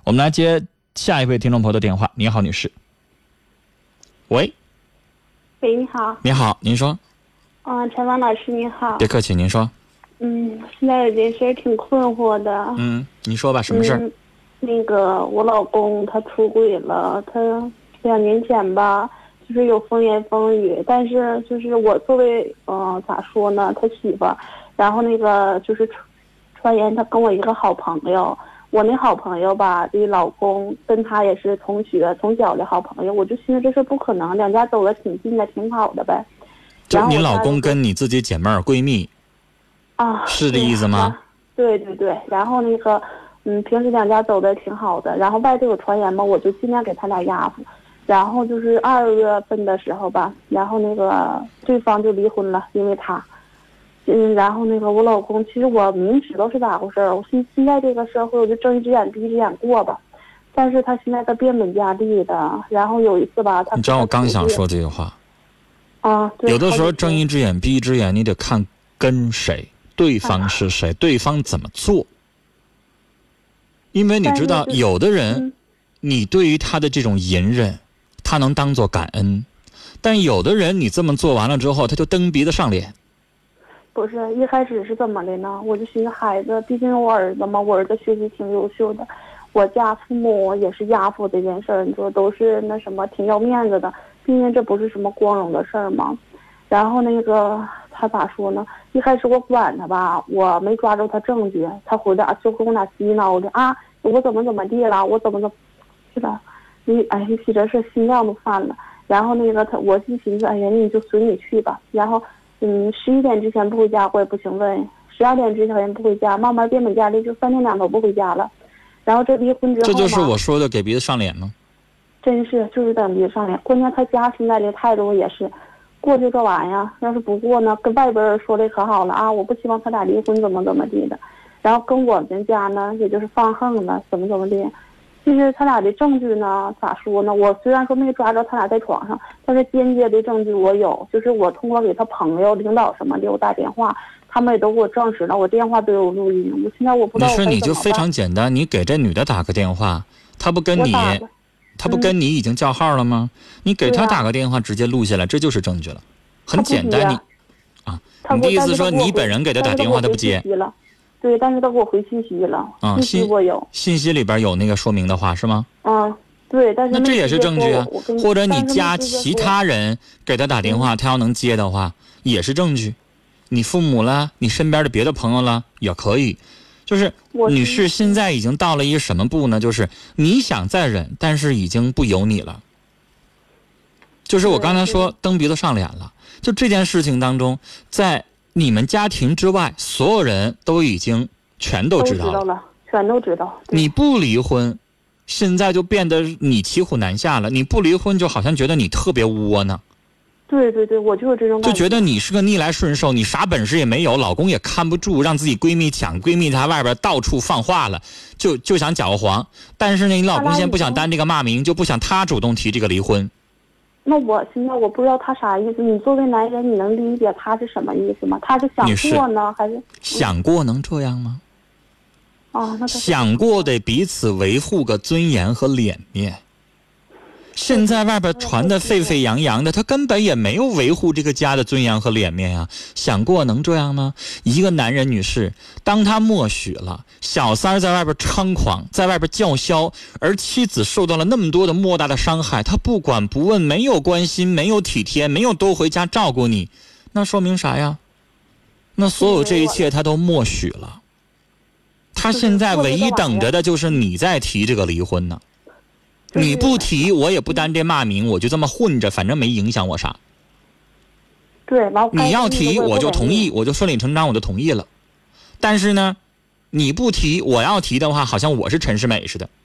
我们来接下一位听众朋友的电话。你好，女士。喂。 喂，你好。 你好，您说。 陈芳老师你好。 别客气，您说。 现在有件事挺困惑的。 你说吧，什么事儿？ 那个我老公他出轨了，他2年前吧，就是有风言风语，但是就是我作为咋说呢，他媳妇，然后那个就是传言他跟我一个好朋友，我那好朋友吧，这老公跟他也是同学，从小的好朋友，我就寻思这事不可能，两家走得挺近的，挺好的呗。 就你老公跟你自己姐妹儿闺蜜是这意思吗？ 对对对，然后那个平时两家走的挺好的，然后外头有传言嘛，我就尽量给他俩压服。然后就是2月份的时候吧，然后那个对方就离婚了，因为他，然后那个我老公，其实我明知道是咋回事儿，我现在这个社会我就睁一只眼闭一只眼过吧，但是他现在他变本加厉的，然后有一次吧，他你知道我刚想说这句话。 对， 有的时候睁一只眼闭一只眼，你得看跟谁，对方是谁，对方怎么做。因为你知道，有的人，你对于他的这种隐忍，他能当作感恩，但有的人你这么做完了之后，他就蹬鼻子上脸。 不是，一开始是怎么的呢？我就寻思孩子，毕竟我儿子嘛，我儿子学习挺优秀的，我家父母也是压服这件事儿，你说都是那什么挺要面子的，毕竟这不是什么光荣的事儿嘛。然后那个他咋说呢？一开始我管他吧，我没抓住他证据，他回来就跟我俩洗脑的我怎么地了，我怎么去了，一提这事心脏都犯了。然后那个我就寻思，你就随你去吧。然后11点之前不回家我也不行问，12点之前不回家，慢慢变本加厉，就3天2头不回家了。然后这离婚之后， 这就是我说的给鼻子上脸吗？ 真是就是等鼻子上脸。关键他家现在的态度也是，过就这玩意儿，要是不过呢，跟外边人说的可好了我不希望他俩离婚怎么地的。然后跟我们家呢，也就是放横了，怎么的。其实他俩的证据呢，咋说呢？我虽然说没抓着他俩在床上，但是间接的证据我有，就是我通过给他朋友、领导什么的，我打电话，他们也都给我证实了，我电话都有录音。我现在我不知道。 你说你就非常简单，你给这女的打个电话，她不跟你已经叫号了吗？你给她打个电话，直接录下来，这就是证据了，很简单。你的意思说你本人给她打电话，她不接？ 对，但是他给我回信息了，信息我有， 信息里边有那个说明的话是吗？ 对，但是那这也是证据啊。或者你加其他人给他打电话，他要能接的话，也是证据。你父母了，你身边的别的朋友了，也可以。就是女士现在已经到了一个什么步呢？就是你想再忍，但是已经不由你了。就是我刚才说蹬鼻子上脸了。就这件事情当中，在你们家庭之外，所有人都已经全都知道了， 全都知道。 你不离婚，现在就变得你骑虎难下了。你不离婚，就好像觉得你特别窝囊。 对对对，我就是这种感觉。 就觉得你是个逆来顺受，你啥本事也没有，老公也看不住，让自己闺蜜抢，闺蜜在外边到处放话了，就想搅和黄。但是呢，你老公现在不想担这个骂名，就不想他主动提这个离婚。 那我现在我不知道他啥意思，你作为男人，你能理解他是什么意思吗？他是想过呢，还是想过能这样吗？ 那想过得彼此维护个尊严和脸面。现在外边传的沸沸扬扬的，他根本也没有维护这个家的尊严和脸面啊！想过能这样吗？一个男人，女士，当他默许了小三在外边猖狂，在外边叫嚣，而妻子受到了那么多的莫大的伤害，他不管不问，没有关心，没有体贴，没有多回家照顾你，那说明啥呀？那所有这一切他都默许了。他现在唯一等着的就是你在提这个离婚呢。你不提，我也不担这骂名，我就这么混着，反正没影响我啥。 对， 你要提我就同意，我就顺理成章我就同意了。但是呢，你不提，我要提的话，好像我是陈世美似的。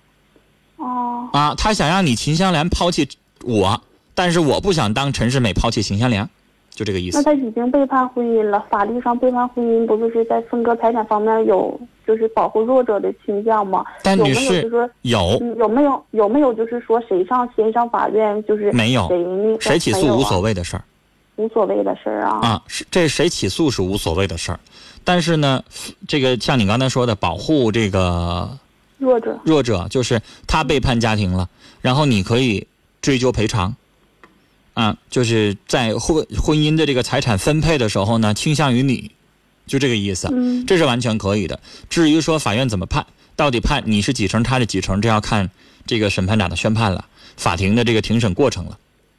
他想让你秦香莲抛弃我，但是我不想当陈世美抛弃秦香莲，就这个意思。 那他已经背叛婚姻了，法律上背叛婚姻，不就是在分割财产方面有就是保护弱者的倾向吗？ 但女士有没有就是说先上法院就是没有谁起诉无所谓的事儿， 无所谓的事儿这谁起诉是无所谓的事儿，但是呢，这个像你刚才说的保护这个弱者就是他背叛家庭了，然后你可以追究赔偿。就是在婚姻的这个财产分配的时候呢，倾向于你，就这个意思。这是完全可以的。至于说法院怎么判，到底判你是几成，他是几成，这要看这个审判长的宣判了，法庭的这个庭审过程了。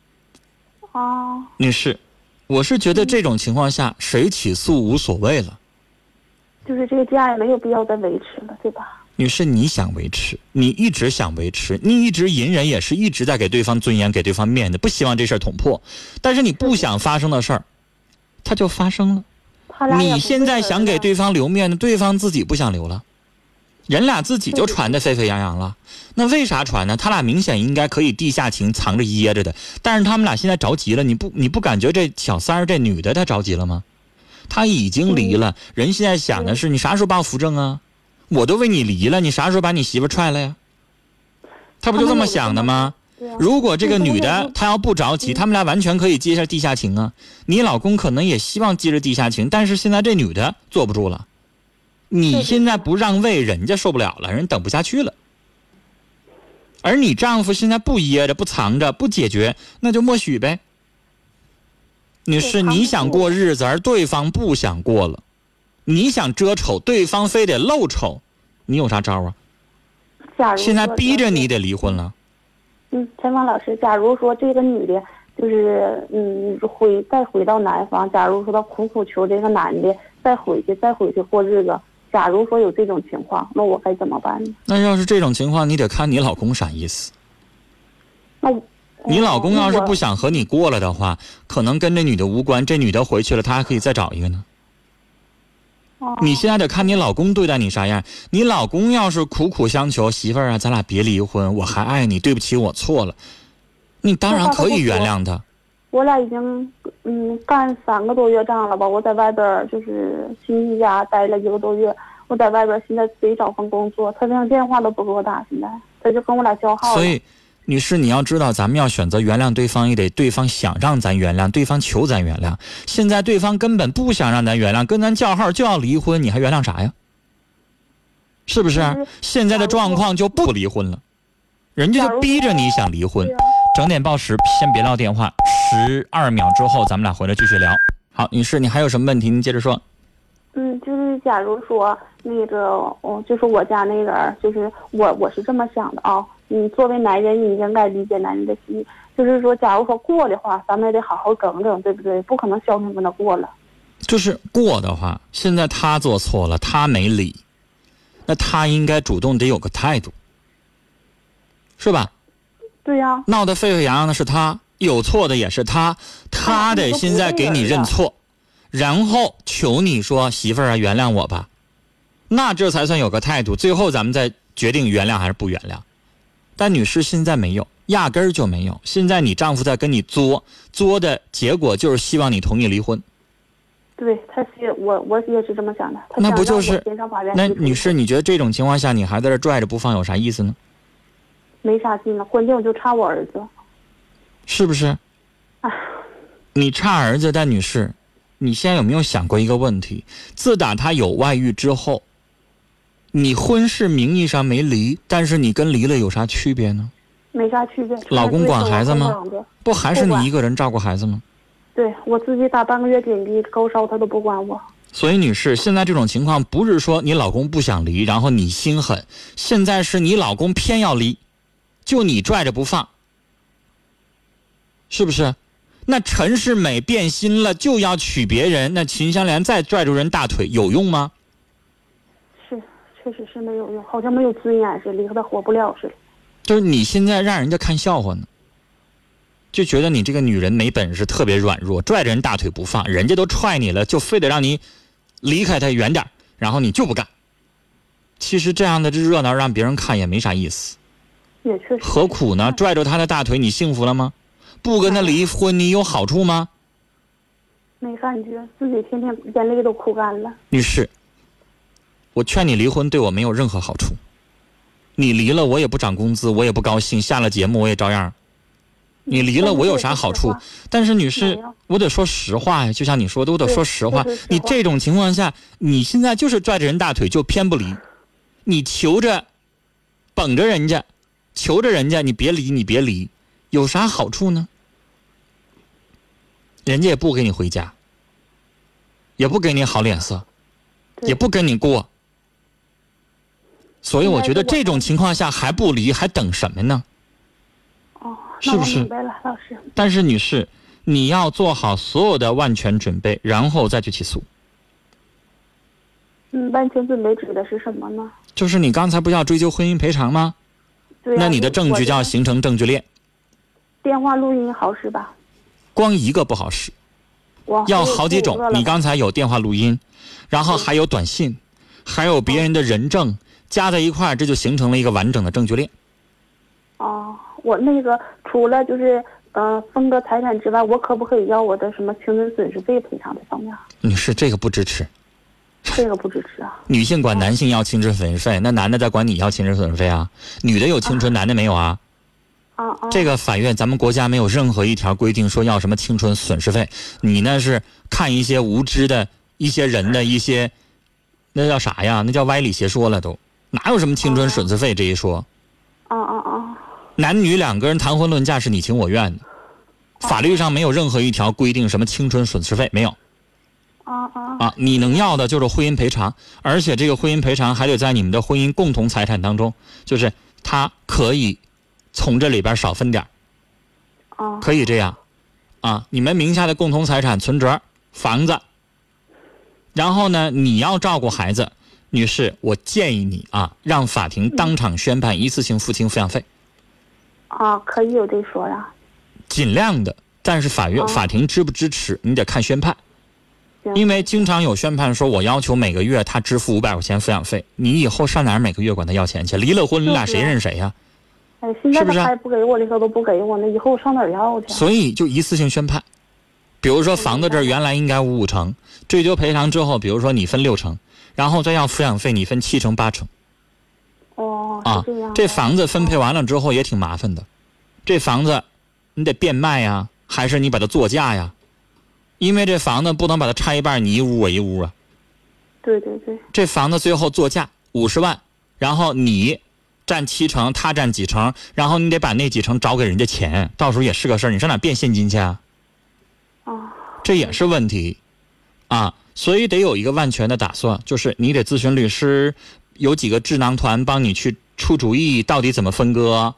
女士，我是觉得这种情况下，谁起诉无所谓了。 就是这个家也没有必要再维持了，对吧？ 女士，你想维持，你一直想维持，你一直隐忍，也是一直在给对方尊严，给对方面子，不希望这事儿捅破。但是你不想发生的事儿，它就发生了。你现在想给对方留面子，对方自己不想留了，人俩自己就传得沸沸扬扬了。那为啥传呢？他俩明显应该可以地下情藏着掖着的，但是他们俩现在着急了。你不感觉这小三儿这女的她着急了吗？她已经离了，人现在想的是你啥时候把我扶正啊？我都为你离了，你啥时候把你媳妇踹了呀？他不就这么想的吗？如果这个女的她要不着急，他们俩完全可以接下地下情啊。你老公可能也希望接着地下情，但是现在这女的坐不住了，你现在不让位，人家受不了了，人等不下去了。而你丈夫现在不掖着，不藏着，不解决，那就默许呗。女士，你想过日子，而对方不想过了。你想遮丑，对方非得露丑，你有啥招啊？现在逼着你得离婚了。 采访老师，假如说这个女的就是再回到南方，假如说她苦苦求这个男的再回去过日子，假如说有这种情况，那我该怎么办呢？ 那要是这种情况，你得看你老公啥意思。你老公要是不想和你过了的话，可能跟这女的无关，这女的回去了，他还可以再找一个呢。你现在得看你老公对待你啥样。你老公要是苦苦相求，媳妇儿啊，咱俩别离婚，我还爱你，对不起，我错了，你当然可以原谅他。 我俩已经干3个多月仗了吧，我在外边就是亲戚家待了1个多月，我在外边现在自己找份工作，他连电话都不给我打，现在他就跟我俩消耗了。 所以女士，你要知道，咱们要选择原谅对方，也得对方想让咱原谅，对方求咱原谅。现在对方根本不想让咱原谅，跟咱叫号就要离婚，你还原谅啥呀？是不是？现在的状况就不离婚了，人家就逼着你想离婚。整点报时，先别撂电话，12秒之后咱们俩回来继续聊。好，女士，你还有什么问题？您接着说。 就是假如说那个，就是我家那人，就是我是这么想的啊。作为男人，你应该理解男人的心。就是说，假如说过的话，咱们也得好好整整，对不对？不可能消停跟他过了。 就是过的话，现在他做错了，他没理，那他应该主动得有个态度，是吧？ 对呀。 闹得沸沸扬扬的是他，有错的也是他，他得现在给你认错，然后求你说媳妇儿啊，原谅我吧，那这才算有个态度。最后咱们再决定原谅还是不原谅。但女士现在没有，压根儿就没有。现在你丈夫在跟你作的结果就是希望你同意离婚。 对，我也是这么想的。 那不就是那女士，你觉得这种情况下你还在这拽着不放有啥意思呢？ 没啥劲了，关键我就差我儿子。 是不是？你差儿子，但女士，你现在有没有想过一个问题？自打他有外遇之后，你婚事名义上没离，但是你跟离了有啥区别呢？ 没啥区别。 老公管孩子吗？不还是你一个人照顾孩子吗？ 对，我自己打半个月点滴高烧他都不管我。 所以女士，现在这种情况不是说你老公不想离，然后你心狠，现在是你老公偏要离，就你拽着不放，是不是？那陈世美变心了就要娶别人，那秦香莲再拽住人大腿有用吗？ 确实是没有用，好像没有尊严似的，离和他活不了似的。 就是你现在让人家看笑话呢，就觉得你这个女人没本事，特别软弱，拽着人大腿不放，人家都踹你了，就非得让你离开他远点，然后你就不干。其实这样的热闹让别人看也没啥意思， 也确实。 何苦呢？拽住他的大腿，你幸福了吗？不跟他离婚，你有好处吗？ 没感觉，自己天天眼泪都哭干了。 女士，我劝你离婚对我没有任何好处。你离了我也不涨工资，我也不高兴，下了节目我也照样。你离了我有啥好处？但是女士，我得说实话呀，就像你说的，我得说实话。你这种情况下，你现在就是拽着人大腿就偏不离，你求着绷着人家，求着人家你别离，你别离，有啥好处呢？人家也不给你回家，也不给你好脸色，也不跟你过。所以我觉得这种情况下还不离，还等什么呢？ 哦， 是不是？ 明白了，老师。 但是女士，你要做好所有的万全准备，然后再去起诉。 万全准备指的是什么呢？ 就是你刚才不要追究婚姻赔偿吗？ 对啊， 那你的证据就要形成证据链。 电话录音好使吧？ 光一个不好使，要好几种。你刚才有电话录音，然后还有短信，还有别人的人证，加在一块儿，这就形成了一个完整的证据链。 哦，我那个除了就是分割财产之外，我可不可以要我的什么青春损失费赔偿这方面？ 女士，这个不支持。 这个不支持啊。 女性管男性要青春损失费，那男的在管你要青春损失费啊？女的有青春，男的没有啊？这个法院咱们国家没有任何一条规定说要什么青春损失费。你那是看一些无知的一些人的一些，那叫啥呀？那叫歪理邪说了都，哪有什么青春损失费这一说？男女两个人谈婚论嫁是你情我愿的，法律上没有任何一条规定什么青春损失费，没有。你能要的就是婚姻赔偿，而且这个婚姻赔偿还得在你们的婚姻共同财产当中，就是他可以从这里边少分点，可以这样你们名下的共同财产存折、房子，然后呢，你要照顾孩子，女士，我建议你让法庭当场宣判一次性付清抚养费。 可以有这说呀？ 尽量的，但是法庭支不支持，你得看宣判。因为经常有宣判说，我要求每个月他支付500块钱抚养费，你以后上哪儿每个月管他要钱去？离了婚，你俩谁认谁呀？ 现在他还不给我，那时候都不给我，那以后上哪儿要去？ 所以就一次性宣判。比如说房子这儿原来应该55成，追究赔偿之后，比如说你分6成，然后再要抚养费，你分7成8成。 是这样。 这房子分配完了之后也挺麻烦的，这房子你得变卖呀，还是你把它作价呀？因为这房子不能把它拆一半，你一屋我一屋啊。 对。 这房子最后作价50万，然后你占7成，他占几成，然后你得把那几成找给人家钱，到时候也是个事儿，你上哪变现金去啊？这也是问题所以得有一个万全的打算，就是你得咨询律师，有几个智囊团帮你去出主意，到底怎么分割。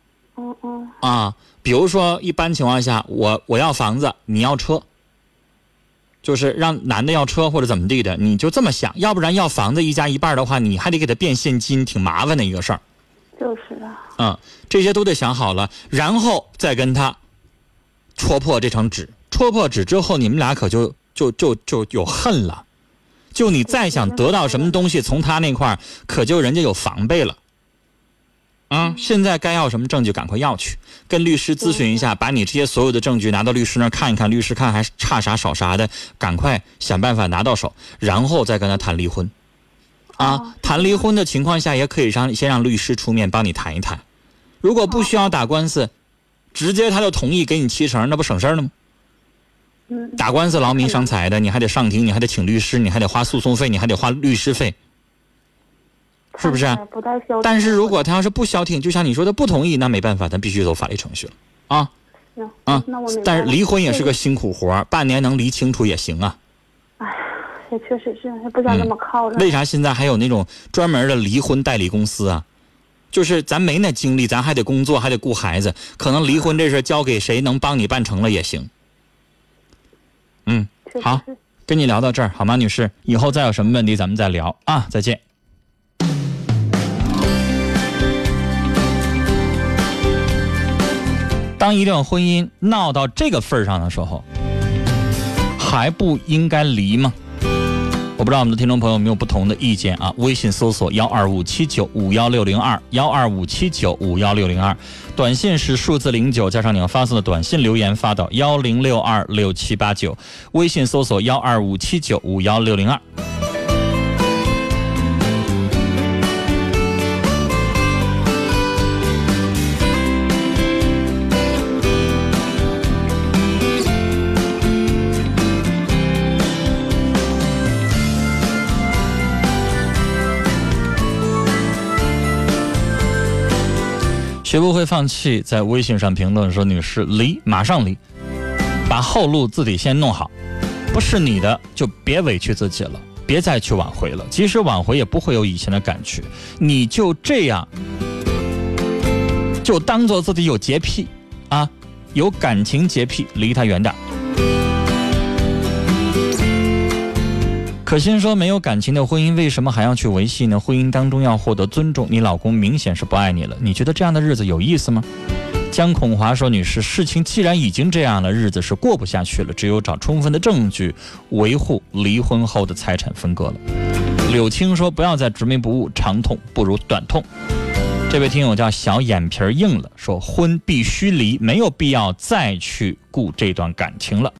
比如说一般情况下，我要房子，你要车。就是让男的要车或者怎么地的，你就这么想，要不然要房子1家1半的话，你还得给他变现金，挺麻烦的一个事儿。 就是啊。 这些都得想好了，然后再跟他戳破这张纸。戳破纸之后，你们俩可就有恨了。就你再想得到什么东西从他那块儿，可就人家有防备了。现在该要什么证据赶快要去，跟律师咨询一下，把你这些所有的证据拿到律师那儿看一看，律师看还差啥少啥的，赶快想办法拿到手，然后再跟他谈离婚。谈离婚的情况下，也可以先让律师出面帮你谈一谈。如果不需要打官司，直接他就同意给你7成，那不省事儿了吗？打官司劳民伤财的，你还得上庭，你还得请律师，你还得花诉讼费，你还得花律师费。是不是？但是如果他要是不消停，就像你说的不同意，那没办法，咱必须走法律程序了但是离婚也是个辛苦活，半年能离清楚也行啊。 也确实是，不想这么靠了。 为啥现在还有那种专门的离婚代理公司啊？就是咱没那精力，咱还得工作，还得顾孩子，可能离婚这事交给谁能帮你办成了也行。好，跟你聊到这儿好吗，女士？以后再有什么问题咱们再聊再见。当一段婚姻闹到这个份上的时候，还不应该离吗？我不知道我们的听众朋友有没有不同的意见微信搜索1257951602125795160，短信是数字09加上你要发送的短信留言发到10626789，微信搜索125795160。 学不会放弃在微信上评论说，女士离，马上离，把后路自己先弄好，不是你的就别委屈自己了，别再去挽回了，即使挽回也不会有以前的感觉，你就这样就当做自己有洁癖啊，有感情洁癖，离他远点。可心说，没有感情的婚姻为什么还要去维系呢？婚姻当中要获得尊重，你老公明显是不爱你了，你觉得这样的日子有意思吗？江孔华说，女士，事情既然已经这样了，日子是过不下去了，只有找充分的证据维护离婚后的财产分割了。柳青说，不要再执迷不悟，长痛不如短痛。这位听友叫小眼皮硬了，说婚必须离，没有必要再去顾这段感情了。